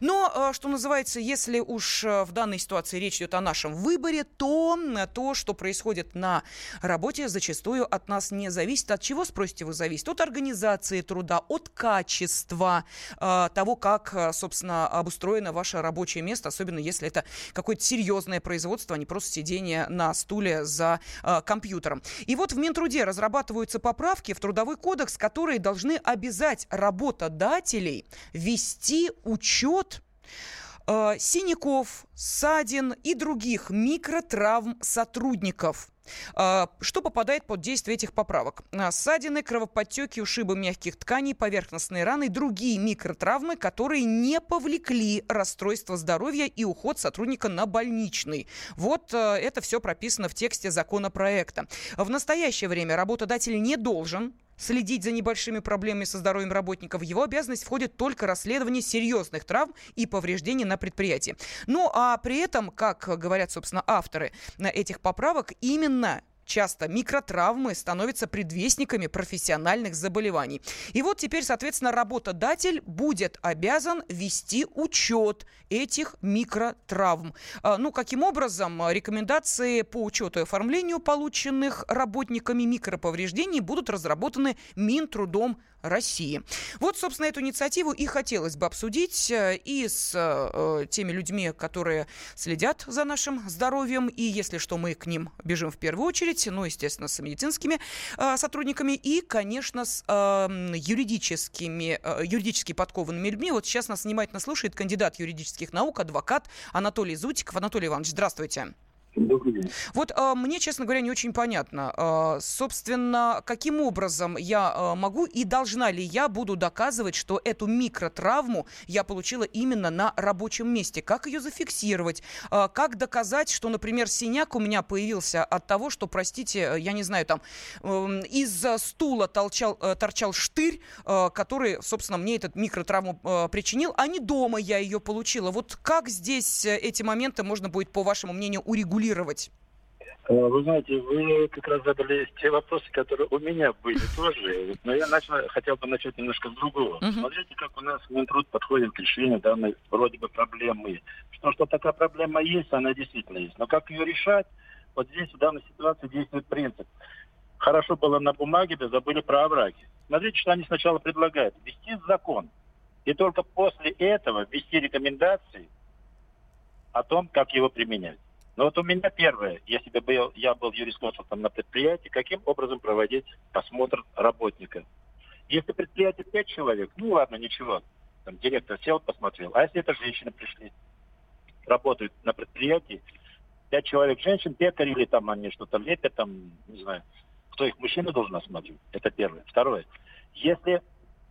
Но, что называется, если уж в данной ситуации речь идет о нашем выборе, то то, что происходит на работе, зачастую от нас не зависит. От чего, спросите вы, зависит? От организации труда, от качества того, как, собственно, обустроено ваше рабочее место, особенно если это какое-то серьезное производство, а не просто сидение на стуле за компьютером. И вот в Минтруде разрабатываются поправки в Трудовой кодекс, которые должны обязать работодателей вести учет синяков, ссадин и других микротравм сотрудников. Что попадает под действие этих поправок? Ссадины, кровоподтеки, ушибы мягких тканей, поверхностные раны и другие микротравмы, которые не повлекли расстройство здоровья и уход сотрудника на больничный. Вот это все прописано в тексте законопроекта. В настоящее время работодатель не должен следить за небольшими проблемами со здоровьем работников. В его обязанность входит только расследование серьезных травм и повреждений на предприятии. Ну, а при этом, как говорят, собственно, авторы этих поправок, именно часто микротравмы становятся предвестниками профессиональных заболеваний. И вот теперь, соответственно, работодатель будет обязан вести учет этих микротравм. Ну, каким образом? Рекомендации по учету и оформлению полученных работниками микроповреждений будут разработаны Минтрудом России. Вот, собственно, эту инициативу и хотелось бы обсудить и с теми людьми, которые следят за нашим здоровьем, и, если что, мы к ним бежим в первую очередь, ну, естественно, с медицинскими сотрудниками и, конечно, с юридически подкованными людьми. Вот сейчас нас внимательно слушает кандидат юридических наук, адвокат Анатолий Зутиков. Анатолий Иванович, здравствуйте. Добрый день. Вот мне, честно говоря, не очень понятно, собственно, каким образом я могу и должна ли я буду доказывать, что эту микротравму я получила именно на рабочем месте? Как ее зафиксировать? Как доказать, что, например, синяк у меня появился от того, что, простите, я не знаю, там из стула торчал штырь, который, собственно, мне эту микротравму причинил, а не дома я ее получила. Вот как здесь эти моменты можно будет, по вашему мнению, урегулировать? Вы знаете, вы как раз задали те вопросы, которые у меня были тоже. Но я хотел бы начать немножко с другого. Смотрите, как у нас Минтруд подходит к решению данной вроде бы проблемы. Что такая проблема есть, она действительно есть. Но как ее решать? Вот здесь в данной ситуации действует принцип. Хорошо было на бумаге, да забыли про овраги. Смотрите, что они сначала предлагают. Ввести закон. И только после этого ввести рекомендации о том, как его применять. Но вот у меня первое, я был юрисконсультом на предприятии, каким образом проводить осмотр работника. Если предприятие 5 человек, ну ладно, ничего, там директор сел, посмотрел. А если это женщины пришли, работают на предприятии, 5 человек женщин, пекари или там они что-то лепят, там, не знаю, кто их, мужчина должен осматривать. Это первое. Второе, если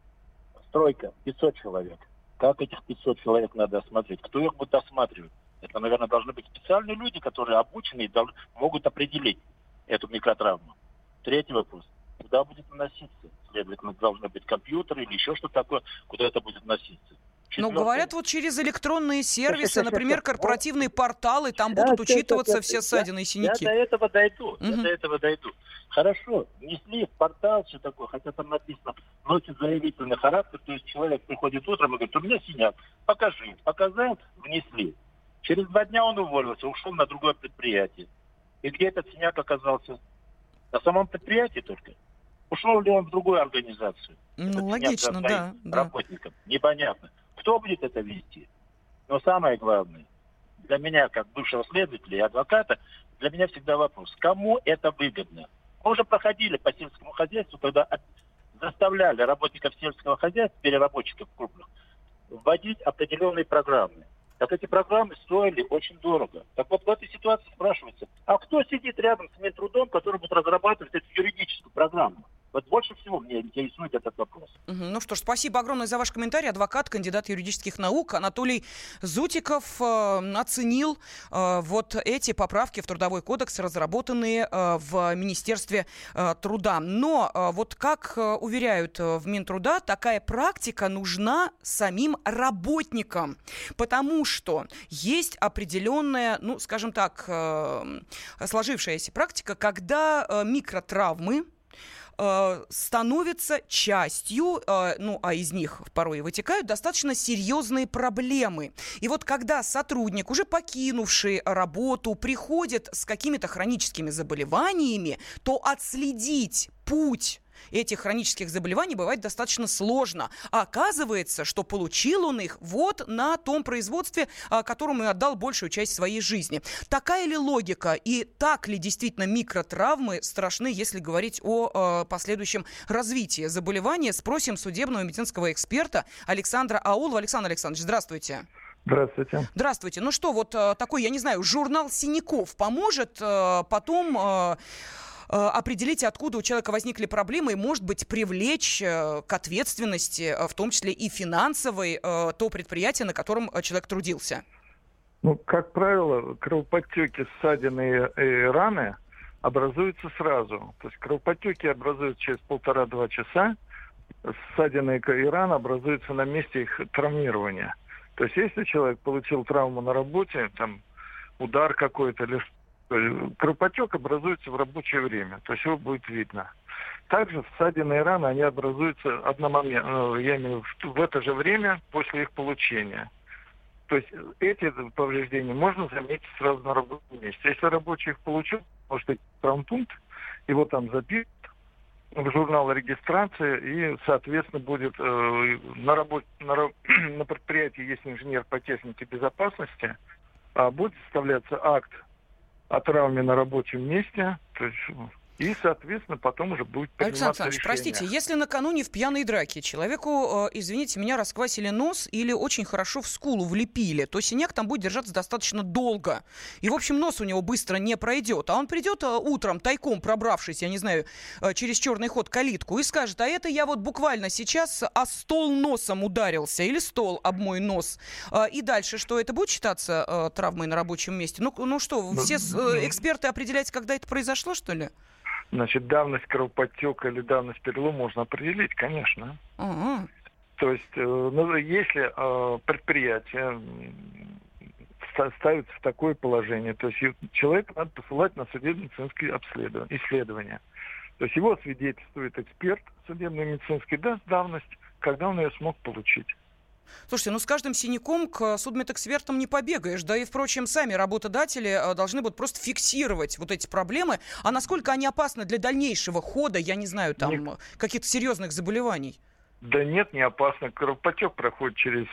стройка 500 человек, как этих 500 человек надо осмотреть? Кто их будет осматривать? Это, наверное, должны быть специальные люди, которые обучены и могут определить эту микротравму. Третий вопрос. Куда будет наноситься? Следовательно, должны быть компьютеры или еще что-то такое, куда это будет носиться. Ну, говорят, вот через электронные сервисы, например, корпоративные порталы, там будут учитываться все ссадины и синяки. Я до этого дойду. Хорошо, внесли в портал все такое, хотя там написано носит заявительный характер, то есть человек приходит утром и говорит, у меня синяк, покажи. Показал, внесли. Через 2 дня он уволился, ушел на другое предприятие. И где этот синяк оказался? На самом предприятии только. Ушел ли он в другую организацию? Ну, логично, да. Работникам. Непонятно. Кто будет это вести? Но самое главное, для меня, как бывшего следователя и адвоката, для меня всегда вопрос, кому это выгодно? Мы уже проходили по сельскому хозяйству, когда заставляли работников сельского хозяйства, переработчиков крупных, вводить определенные программы. Так эти программы стоили очень дорого. Так вот в этой ситуации спрашивается, а кто сидит рядом с Минтрудом, который будет разрабатывать эту юридическую программу? Вот больше всего меня интересует этот вопрос. Ну что ж, спасибо огромное за ваш комментарий. Адвокат, кандидат юридических наук Анатолий Зутиков оценил вот эти поправки в Трудовой кодекс, разработанные в Министерстве труда. Но вот как уверяют в Минтруда, такая практика нужна самим работникам, потому что есть определенная, ну, скажем так, сложившаяся практика, когда микротравмы становится частью, а из них порой и вытекают достаточно серьезные проблемы. И вот когда сотрудник, уже покинувший работу, приходит с какими-то хроническими заболеваниями, то отследить путь этих хронических заболеваний бывает достаточно сложно. А оказывается, что получил он их вот на том производстве, которому и отдал большую часть своей жизни. Такая ли логика и так ли действительно микротравмы страшны, если говорить о последующем развитии заболевания? Спросим судебного медицинского эксперта Александра Аулова. Александр Александрович, здравствуйте. Здравствуйте. Здравствуйте. Ну что, вот такой, я не знаю, журнал синяков поможет потом определить, откуда у человека возникли проблемы, и, может быть, привлечь к ответственности, в том числе и финансовой, то предприятие, на котором человек трудился? Ну, как правило, кровоподтеки, ссадины и раны образуются сразу. То есть кровоподтеки образуются через 1,5-2 часа, ссадины и раны образуются на месте их травмирования. То есть если человек получил травму на работе, там, удар какой-то или кровоподтек образуется в рабочее время, то есть его будет видно. Также ссадины и раны, они образуются одномоментно, я имею в это же время после их получения. То есть эти повреждения можно заметить сразу на рабочем месте. Если рабочий их получил, может быть, травмпункт, его там запишут в журнал регистрации, и, соответственно, будет на предприятии есть инженер по технике безопасности, будет составляться акт о травме на рабочем месте, то есть, и, соответственно, потом уже будет приниматься Александр Александрович, простите, если накануне в пьяной драке человеку, извините меня, расквасили нос или очень хорошо в скулу влепили, то синяк там будет держаться достаточно долго. И, в общем, нос у него быстро не пройдет. А он придет утром, тайком пробравшись, я не знаю, через черный ход калитку, и скажет: а это я вот буквально сейчас о стол носом ударился, или стол об мой нос. И дальше что, это будет считаться травмой на рабочем месте? Ну что, все эксперты определяете, когда это произошло, что ли? Значит, давность кровоподтека или давность перелома можно определить, конечно. Uh-huh. То есть, если предприятие ставится в такое положение, то есть человека надо посылать на судебно-медицинское исследование. То есть его свидетельствует эксперт судебно-медицинский, даст давность, когда он ее смог получить. Слушайте, с каждым синяком к судмедэкспертам не побегаешь. Да и, впрочем, сами работодатели должны будут просто фиксировать вот эти проблемы. А насколько они опасны для дальнейшего хода, я не знаю, там, каких-то серьезных заболеваний? Да нет, не опасно. Кровоподтек проходит через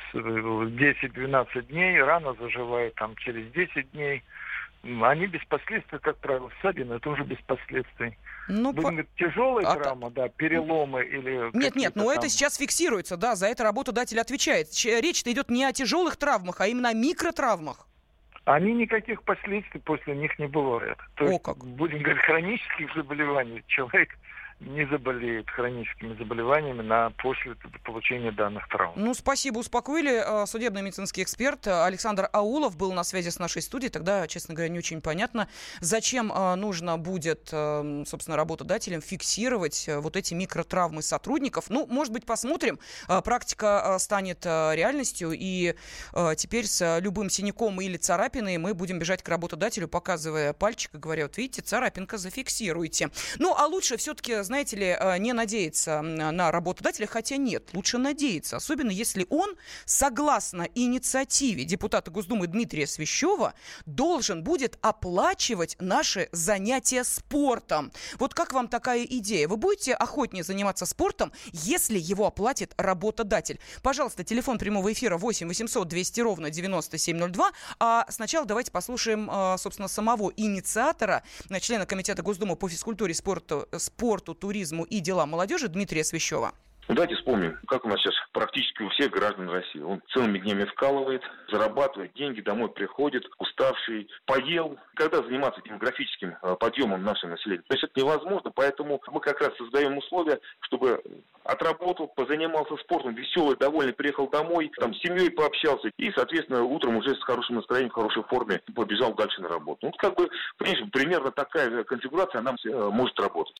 10-12 дней, рана заживает там через 10 дней. Они без последствий, как правило, ссадины, это уже без последствий. Тяжелая травма, да, переломы или... Нет, но это сейчас фиксируется, да, за это работодатель отвечает. Речь-то идет не о тяжелых травмах, а именно о микротравмах. Они никаких последствий после них не бывает. То есть, как. Будем говорить, хронических заболеваний человек не заболеет хроническими заболеваниями после получения данных травм. Спасибо, успокоили. Судебный медицинский эксперт Александр Аулов был на связи с нашей студией. Тогда, честно говоря, не очень понятно, зачем нужно будет, собственно, работодателям фиксировать вот эти микротравмы сотрудников. Может быть, посмотрим. Практика станет реальностью, и теперь с любым синяком или царапиной мы будем бежать к работодателю, показывая пальчик и говоря: вот видите, царапинка, зафиксируйте. А лучше все-таки, знаете ли, не надеяться на работодателя, хотя нет, лучше надеяться, особенно если он, согласно инициативе депутата Госдумы Дмитрия Свящева, должен будет оплачивать наши занятия спортом. Вот как вам такая идея? Вы будете охотнее заниматься спортом, если его оплатит работодатель? Пожалуйста, телефон прямого эфира 8 800 200 ровно 9702. А сначала давайте послушаем, собственно, самого инициатора, члена Комитета Госдумы по физкультуре, спорту, туризму и делам молодежи Дмитрия Свящева. Давайте вспомним, как у нас сейчас практически у всех граждан России. Он целыми днями вкалывает, зарабатывает деньги, домой приходит, уставший, поел. Когда заниматься демографическим подъемом нашего населения? То есть это невозможно, поэтому мы как раз создаем условия, чтобы отработал, позанимался спортом, веселый, довольный, приехал домой, с семьей пообщался и, соответственно, утром уже с хорошим настроением, в хорошей форме побежал дальше на работу. Примерно такая конфигурация нам может работать.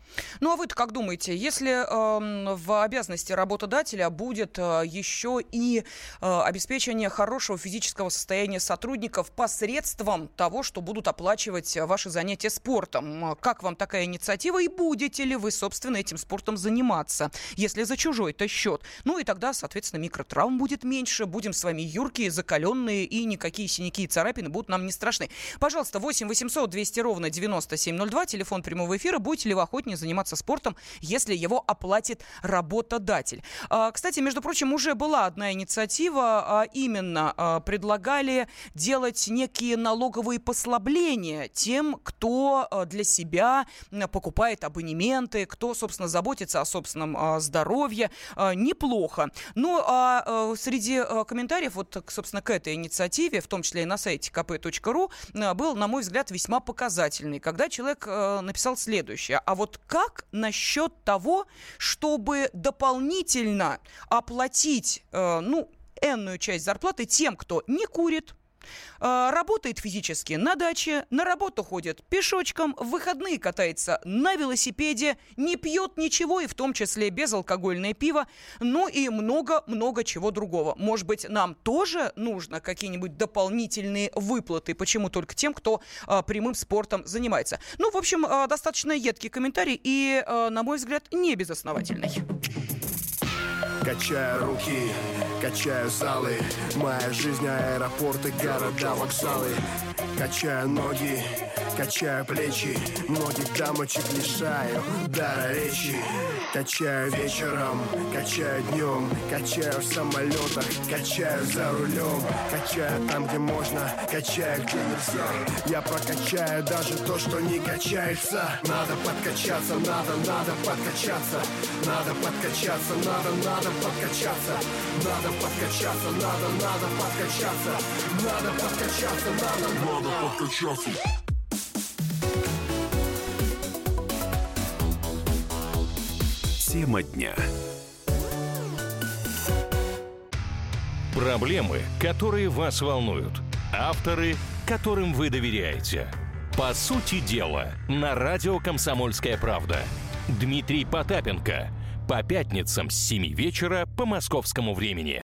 Ну, а вы-то как думаете, если в обязанности работодателя будет еще и обеспечение хорошего физического состояния сотрудников посредством того, что будут оплачивать ваши занятия спортом, как вам такая инициатива и будете ли вы, собственно, этим спортом заниматься, если за чужой-то счет? Ну, и тогда, соответственно, микротравм будет меньше, будем с вами юркие, закаленные, и никакие синяки и царапины будут нам не страшны. Пожалуйста, 8 800 200 ровно 9702, телефон прямого эфира. Будете ли вы охотнее заниматься спортом, если его оплатит работодатель? Кстати, между прочим, уже была одна инициатива, а именно предлагали делать некие налоговые послабления тем, кто для себя покупает абонементы, кто, собственно, заботится о собственном здоровье. Неплохо. Ну, а среди комментариев, вот, собственно, к этой инициативе, в том числе и на сайте kp.ru, был, на мой взгляд, весьма показательный, когда человек написал следующее. А вот как насчет того, чтобы дополнительно оплатить, энную часть зарплаты тем, кто не курит, работает физически на даче, на работу ходит пешочком, в выходные катается на велосипеде, не пьет ничего, и в том числе безалкогольное пиво, ну и много-много чего другого. Может быть, нам тоже нужно какие-нибудь дополнительные выплаты? Почему только тем, кто прямым спортом занимается? Ну, в общем, достаточно едкий комментарий и, на мой взгляд, не безосновательный. Качаю руки, качаю залы. Моя жизнь, аэропорты, города, вокзалы. Качаю ноги, качаю плечи. Многих дамочек лишаю дара речи. Качаю вечером, качаю днем. Качаю в самолетах, качаю за рулем. Качаю там, где можно, качаю, где нельзя. Я прокачаю даже то, что не качается. Надо подкачаться, надо подкачаться. Надо подкачаться, надо подкачаться. Надо подкачаться, надо подкачаться. Надо подкачаться, надо подкачаться. Тема дня. Проблемы, которые вас волнуют. Авторы, которым вы доверяете. По сути дела, на радио «Комсомольская правда». Дмитрий Потапенко. По пятницам с 7 вечера по московскому времени.